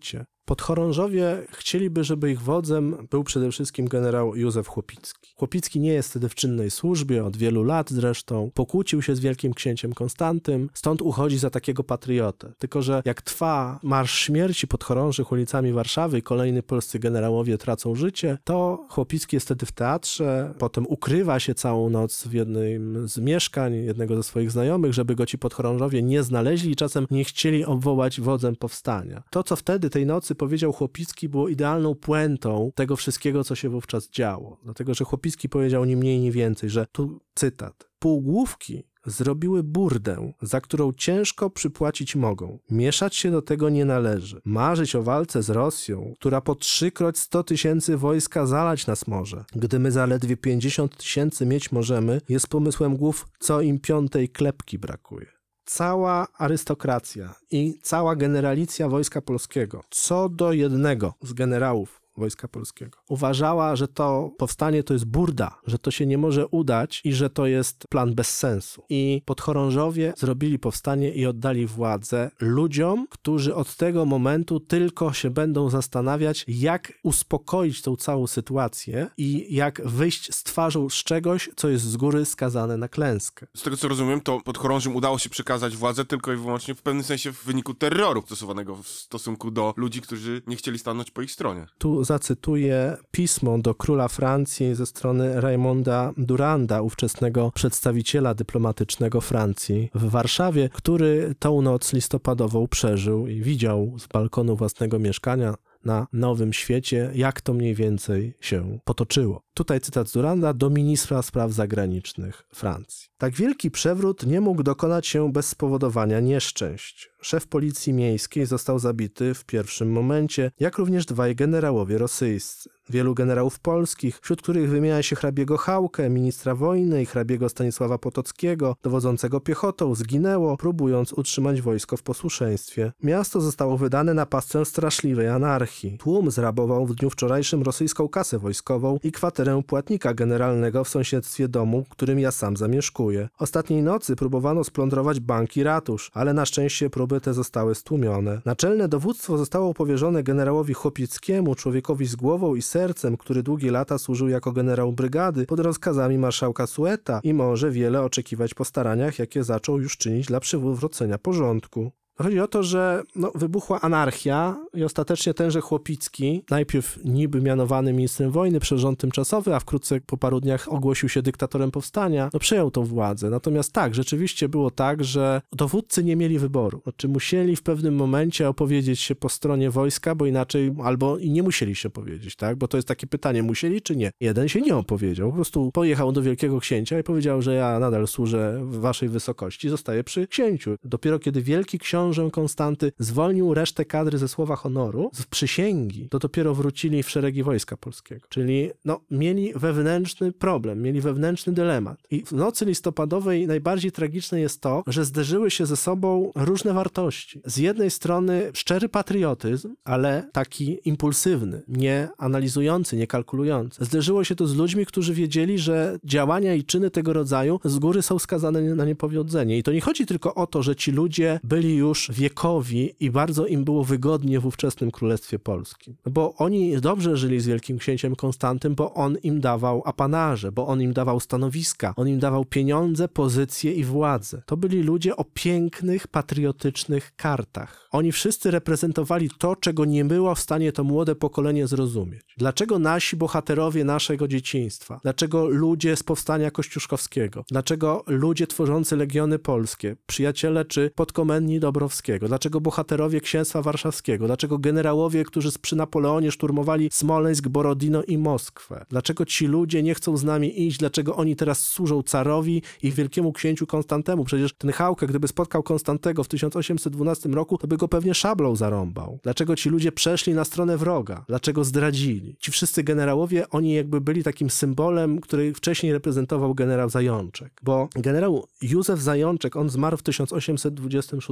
Podchorążowie chcieliby, żeby ich wodzem był przede wszystkim generał Józef Chłopicki. Chłopicki nie jest wtedy w czynnej służbie, od wielu lat zresztą. Pokłócił się z wielkim księciem Konstantym, stąd uchodzi za takiego patriotę. Tylko że jak trwa marsz śmierci podchorążych ulicami Warszawy i kolejni polscy generałowie tracą życie, to Chłopicki jest wtedy w teatrze, potem ukrywa się całą noc w jednym z mieszkań jednego ze swoich znajomych, żeby go ci podchorążowie nie znaleźli i czasem nie chcieli obwołać wodzem powstania. To, co wtedy tej nocy powiedział Chłopicki, było idealną puentą tego wszystkiego, co się wówczas działo. Dlatego, że Chłopicki powiedział ni mniej, ni więcej, że tu cytat: półgłówki zrobiły burdę, za którą ciężko przypłacić mogą. Mieszać się do tego nie należy. Marzyć o walce z Rosją, która po 3x 100 000 wojska zalać nas może. Gdy my zaledwie 50 000 mieć możemy, jest pomysłem głów, co im 5. klepki brakuje. Cała arystokracja i cała generalicja Wojska Polskiego, co do jednego z generałów Wojska Polskiego, uważała, że to powstanie to jest burda, że to się nie może udać i że to jest plan bez sensu. I podchorążowie zrobili powstanie i oddali władzę ludziom, którzy od tego momentu tylko się będą zastanawiać, jak uspokoić tą całą sytuację i jak wyjść z twarzą z czegoś, co jest z góry skazane na klęskę. Z tego co rozumiem, to podchorążym udało się przekazać władzę tylko i wyłącznie w pewnym sensie w wyniku terroru stosowanego w stosunku do ludzi, którzy nie chcieli stanąć po ich stronie. Tu zacytuję pismo do króla Francji ze strony Raymonda Duranda, ówczesnego przedstawiciela dyplomatycznego Francji w Warszawie, który tą noc listopadową przeżył i widział z balkonu własnego mieszkania na Nowym Świecie, jak to mniej więcej się potoczyło. Tutaj cytat z Duranda do ministra spraw zagranicznych Francji. Tak wielki przewrót nie mógł dokonać się bez spowodowania nieszczęść. Szef policji miejskiej został zabity w pierwszym momencie, jak również 2 generałowie rosyjscy. Wielu generałów polskich, wśród których wymienia się hrabiego Chałkę, ministra wojny i hrabiego Stanisława Potockiego, dowodzącego piechotą, zginęło, próbując utrzymać wojsko w posłuszeństwie. Miasto zostało wydane na pastwę straszliwej anarchii. Tłum zrabował w dniu wczorajszym rosyjską kasę wojskową i kwaterę płatnika generalnego w sąsiedztwie domu, w którym ja sam zamieszkuję. Ostatniej nocy próbowano splądrować bank i ratusz, ale na szczęście próby te zostały stłumione. Naczelne dowództwo zostało powierzone generałowi Chłopickiemu, człowiekowi z głową i sercem, który długie lata służył jako generał brygady pod rozkazami marszałka Sueta i może wiele oczekiwać po staraniach, jakie zaczął już czynić dla przywrócenia porządku. Chodzi o to, że wybuchła anarchia i ostatecznie tenże Chłopicki, najpierw niby mianowany ministrem wojny przez rząd tymczasowy, a wkrótce po paru dniach ogłosił się dyktatorem powstania, przejął tą władzę. Natomiast tak, rzeczywiście było tak, że dowódcy nie mieli wyboru. Znaczy musieli w pewnym momencie opowiedzieć się po stronie wojska, bo inaczej, albo i nie musieli się opowiedzieć, tak? Bo to jest takie pytanie, musieli czy nie? Jeden się nie opowiedział, po prostu pojechał do wielkiego księcia i powiedział, że ja nadal służę w waszej wysokości, zostaję przy księciu. Dopiero kiedy wielki książę Konstanty zwolnił resztę kadry ze słowa honoru, z przysięgi, to dopiero wrócili w szeregi Wojska Polskiego. Czyli mieli wewnętrzny problem, mieli wewnętrzny dylemat. I w nocy listopadowej najbardziej tragiczne jest to, że zderzyły się ze sobą różne wartości. Z jednej strony szczery patriotyzm, ale taki impulsywny, nie analizujący, nie kalkulujący. Zderzyło się to z ludźmi, którzy wiedzieli, że działania i czyny tego rodzaju z góry są skazane na niepowodzenie. I to nie chodzi tylko o to, że ci ludzie byli już wiekowi i bardzo im było wygodnie w ówczesnym Królestwie Polskim. Bo oni dobrze żyli z wielkim księciem Konstantym, bo on im dawał apanarze, bo on im dawał stanowiska, on im dawał pieniądze, pozycje i władzę. To byli ludzie o pięknych, patriotycznych kartach. Oni wszyscy reprezentowali to, czego nie było w stanie to młode pokolenie zrozumieć. Dlaczego nasi bohaterowie naszego dzieciństwa? Dlaczego ludzie z powstania kościuszkowskiego? Dlaczego ludzie tworzący Legiony Polskie, przyjaciele czy podkomenni Dąbrowskiego? Dlaczego bohaterowie Księstwa Warszawskiego? Dlaczego generałowie, którzy przy Napoleonie szturmowali Smoleńsk, Borodino i Moskwę? Dlaczego ci ludzie nie chcą z nami iść? Dlaczego oni teraz służą carowi i wielkiemu księciu Konstantemu? Przecież ten Chałkę, gdyby spotkał Konstantego w 1812 roku, to by go pewnie szablą zarąbał. Dlaczego ci ludzie przeszli na stronę wroga? Dlaczego zdradzili? Ci wszyscy generałowie, oni jakby byli takim symbolem, który wcześniej reprezentował generał Zajączek. Bo generał Józef Zajączek, on zmarł w 1826 roku.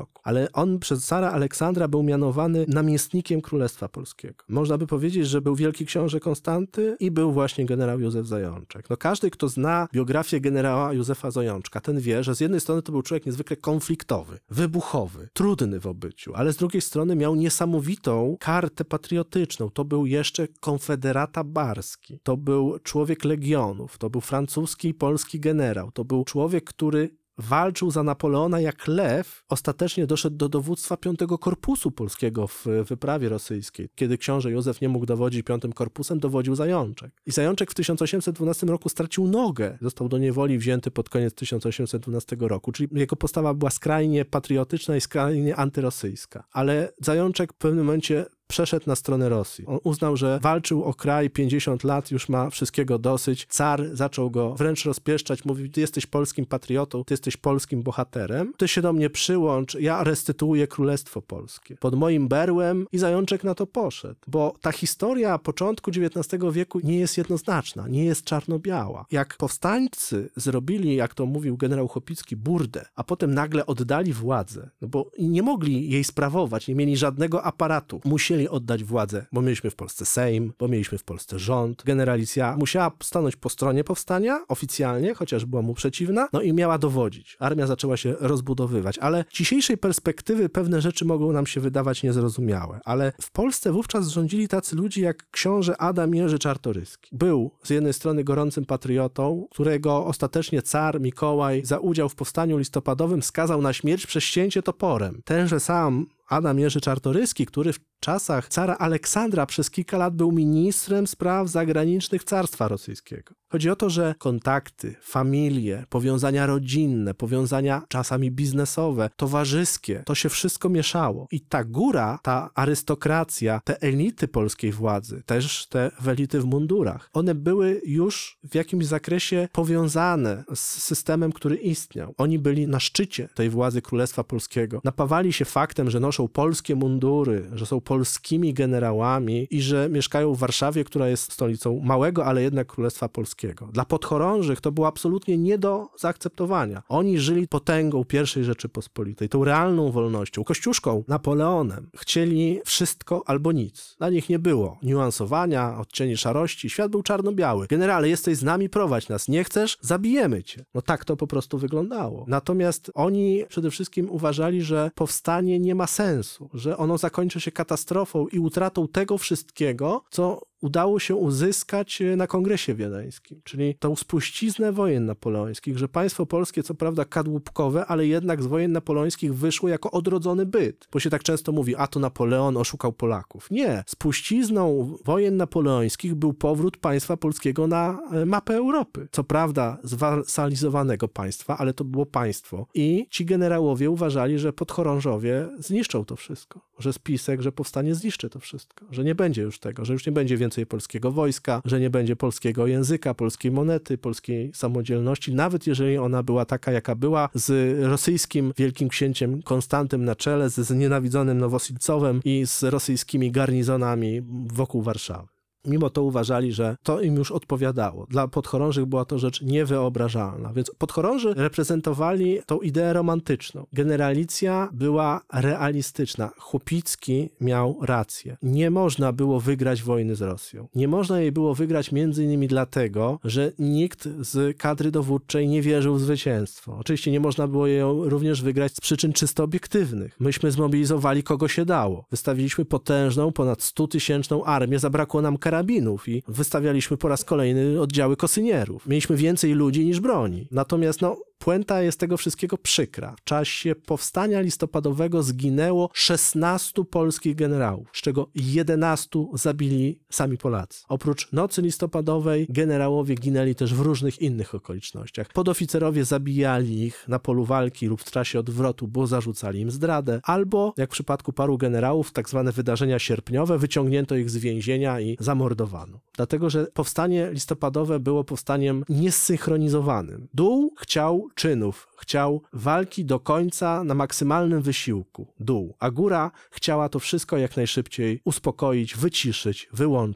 roku. Ale on przez cara Aleksandra był mianowany namiestnikiem Królestwa Polskiego. Można by powiedzieć, że był wielki książę Konstanty i był właśnie generał Józef Zajączek. No każdy, kto zna biografię generała Józefa Zajączka, ten wie, że z jednej strony to był człowiek niezwykle konfliktowy, wybuchowy, trudny w obyciu, ale z drugiej strony miał niesamowitą kartę patriotyczną. To był jeszcze konfederata barski, to był człowiek legionów, to był francuski i polski generał, to był człowiek, który walczył za Napoleona jak lew, ostatecznie doszedł do dowództwa 5 Korpusu Polskiego w wyprawie rosyjskiej. Kiedy książę Józef nie mógł dowodzić 5 Korpusem, dowodził Zajączek. I Zajączek w 1812 roku stracił nogę. Został do niewoli wzięty pod koniec 1812 roku, czyli jego postawa była skrajnie patriotyczna i skrajnie antyrosyjska. Ale Zajączek w pewnym momencie przeszedł na stronę Rosji. On uznał, że walczył o kraj 50 lat, już ma wszystkiego dosyć. Car zaczął go wręcz rozpieszczać, mówił: ty jesteś polskim patriotą, ty jesteś polskim bohaterem, ty się do mnie przyłącz, ja restytuuję Królestwo Polskie pod moim berłem. I Zajączek na to poszedł, bo ta historia początku XIX wieku nie jest jednoznaczna, nie jest czarno-biała. Jak powstańcy zrobili, jak to mówił generał Chopicki, burdę, a potem nagle oddali władzę, no bo nie mogli jej sprawować, nie mieli żadnego aparatu, musieli oddać władzę, bo mieliśmy w Polsce Sejm, bo mieliśmy w Polsce rząd. Generalicja musiała stanąć po stronie powstania oficjalnie, chociaż była mu przeciwna, no i miała dowodzić. Armia zaczęła się rozbudowywać, ale z dzisiejszej perspektywy pewne rzeczy mogą nam się wydawać niezrozumiałe, ale w Polsce wówczas rządzili tacy ludzie jak książę Adam Jerzy Czartoryski. Był z jednej strony gorącym patriotą, którego ostatecznie car Mikołaj za udział w powstaniu listopadowym skazał na śmierć przez ścięcie toporem. Tenże sam Adam Jerzy Czartoryski, który w czasach cara Aleksandra przez kilka lat był ministrem spraw zagranicznych Carstwa Rosyjskiego. Chodzi o to, że kontakty, familie, powiązania rodzinne, powiązania czasami biznesowe, towarzyskie, to się wszystko mieszało. I ta góra, ta arystokracja, te elity polskiej władzy, też te elity w mundurach, one były już w jakimś zakresie powiązane z systemem, który istniał. Oni byli na szczycie tej władzy Królestwa Polskiego. Napawali się faktem, że noszą polskie mundury, że są polskimi generałami i że mieszkają w Warszawie, która jest stolicą małego, ale jednak Królestwa Polskiego. Dla podchorążych to było absolutnie nie do zaakceptowania. Oni żyli potęgą I Rzeczypospolitej, tą realną wolnością, kościuszką, Napoleonem. Chcieli wszystko albo nic. Dla nich nie było niuansowania, odcieni szarości. Świat był czarno-biały. Generale, jesteś z nami, prowadź nas. Nie chcesz? Zabijemy cię. No tak to po prostu wyglądało. Natomiast oni przede wszystkim uważali, że powstanie nie ma sensu, że ono zakończy się katastrofą i utratą tego wszystkiego, co udało się uzyskać na Kongresie Wiedeńskim, czyli tą spuściznę wojen napoleońskich, że państwo polskie co prawda kadłubkowe, ale jednak z wojen napoleońskich wyszło jako odrodzony byt, bo się tak często mówi, a to Napoleon oszukał Polaków. Nie. Spuścizną wojen napoleońskich był powrót państwa polskiego na mapę Europy. Co prawda zwasalizowanego państwa, ale to było państwo. I ci generałowie uważali, że podchorążowie zniszczą to wszystko, że spisek, że powstanie zniszczy to wszystko, że nie będzie już tego, że już nie będzie więcej polskiego wojska, że nie będzie polskiego języka, polskiej monety, polskiej samodzielności, nawet jeżeli ona była taka, jaka była, z rosyjskim wielkim księciem Konstantym na czele, z znienawidzonym Nowosilcowem i z rosyjskimi garnizonami wokół Warszawy. Mimo to uważali, że to im już odpowiadało. Dla podchorążych była to rzecz niewyobrażalna. Więc podchorąży reprezentowali tą ideę romantyczną. Generalicja była realistyczna. Chłopicki miał rację. Nie można było wygrać wojny z Rosją. Nie można jej było wygrać między innymi dlatego, że nikt z kadry dowódczej nie wierzył w zwycięstwo. Oczywiście nie można było jej również wygrać z przyczyn czysto obiektywnych. Myśmy zmobilizowali kogo się dało. Wystawiliśmy potężną, ponad 100-tysięczną armię, zabrakło nam karabinów i wystawialiśmy po raz kolejny oddziały kosynierów. Mieliśmy więcej ludzi niż broni. Natomiast puenta jest tego wszystkiego przykra. W czasie powstania listopadowego zginęło 16 polskich generałów, z czego 11 zabili sami Polacy. Oprócz nocy listopadowej generałowie ginęli też w różnych innych okolicznościach. Podoficerowie zabijali ich na polu walki lub w trasie odwrotu, bo zarzucali im zdradę, albo, jak w przypadku paru generałów, tak zwane wydarzenia sierpniowe, wyciągnięto ich z więzienia i zamordowano. Dlatego, że powstanie listopadowe było powstaniem niesynchronizowanym. Dół chciał czynów, chciał walki do końca na maksymalnym wysiłku, dół, a góra chciała to wszystko jak najszybciej uspokoić, wyciszyć, wyłączyć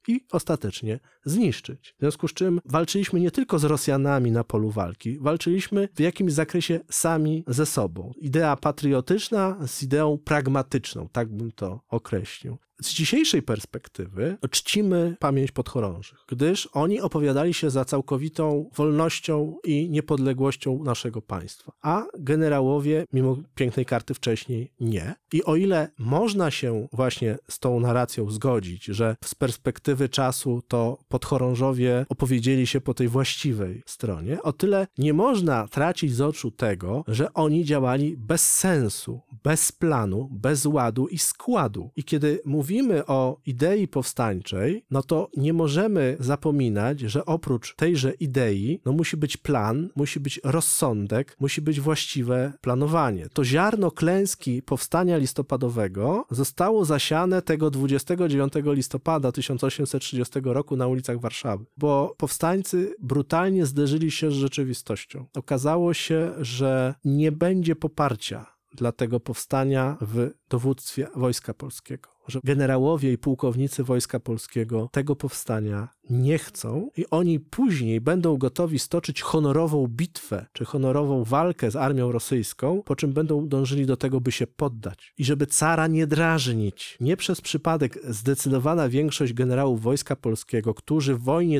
i ostatecznie zniszczyć. W związku z czym walczyliśmy nie tylko z Rosjanami na polu walki, walczyliśmy w jakimś zakresie sami ze sobą. Idea patriotyczna z ideą pragmatyczną, tak bym to określił. Z dzisiejszej perspektywy czcimy pamięć podchorążych, gdyż oni opowiadali się za całkowitą wolnością i niepodległością naszego państwa, a generałowie, mimo pięknej karty wcześniej, nie. I o ile można się właśnie z tą narracją zgodzić, że z perspektywy czasu to podchorążowie opowiedzieli się po tej właściwej stronie, o tyle nie można tracić z oczu tego, że oni działali bez sensu, bez planu, bez ładu i składu. I kiedy mówimy o idei powstańczej, no to nie możemy zapominać, że oprócz tejże idei, no musi być plan, musi być rozsądek, musi być właściwe planowanie. To ziarno klęski powstania listopadowego zostało zasiane tego 29 listopada 1830 roku na ulicach Warszawy, bo powstańcy brutalnie zderzyli się z rzeczywistością. Okazało się, że nie będzie poparcia dla tego powstania w dowództwie Wojska Polskiego, że generałowie i pułkownicy Wojska Polskiego tego powstania nie chcą i oni później będą gotowi stoczyć honorową bitwę, czy honorową walkę z armią rosyjską, po czym będą dążyli do tego, by się poddać. I żeby cara nie drażnić. Nie przez przypadek zdecydowana większość generałów Wojska Polskiego, którzy w wojnie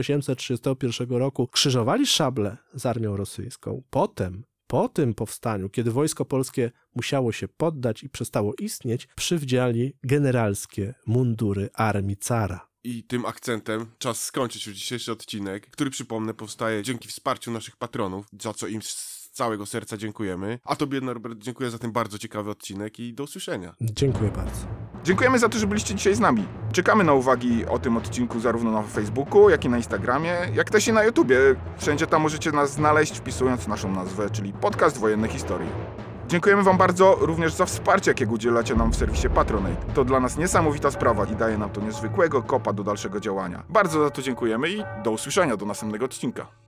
1831 roku krzyżowali szable z armią rosyjską, po tym powstaniu, kiedy Wojsko Polskie musiało się poddać i przestało istnieć, przywdziali generalskie mundury armii cara. I tym akcentem czas skończyć już dzisiejszy odcinek, który, przypomnę, powstaje dzięki wsparciu naszych patronów, za co im z całego serca dziękujemy. A tobie, Norbert, dziękuję za ten bardzo ciekawy odcinek i do usłyszenia. Dziękuję bardzo. Dziękujemy za to, że byliście dzisiaj z nami. Czekamy na uwagi o tym odcinku zarówno na Facebooku, jak i na Instagramie, jak też i na YouTubie. Wszędzie tam możecie nas znaleźć, wpisując naszą nazwę, czyli Podcast Wojenne Historie. Dziękujemy wam bardzo również za wsparcie, jakiego udzielacie nam w serwisie Patronite. To dla nas niesamowita sprawa i daje nam to niezwykłego kopa do dalszego działania. Bardzo za to dziękujemy i do usłyszenia do następnego odcinka.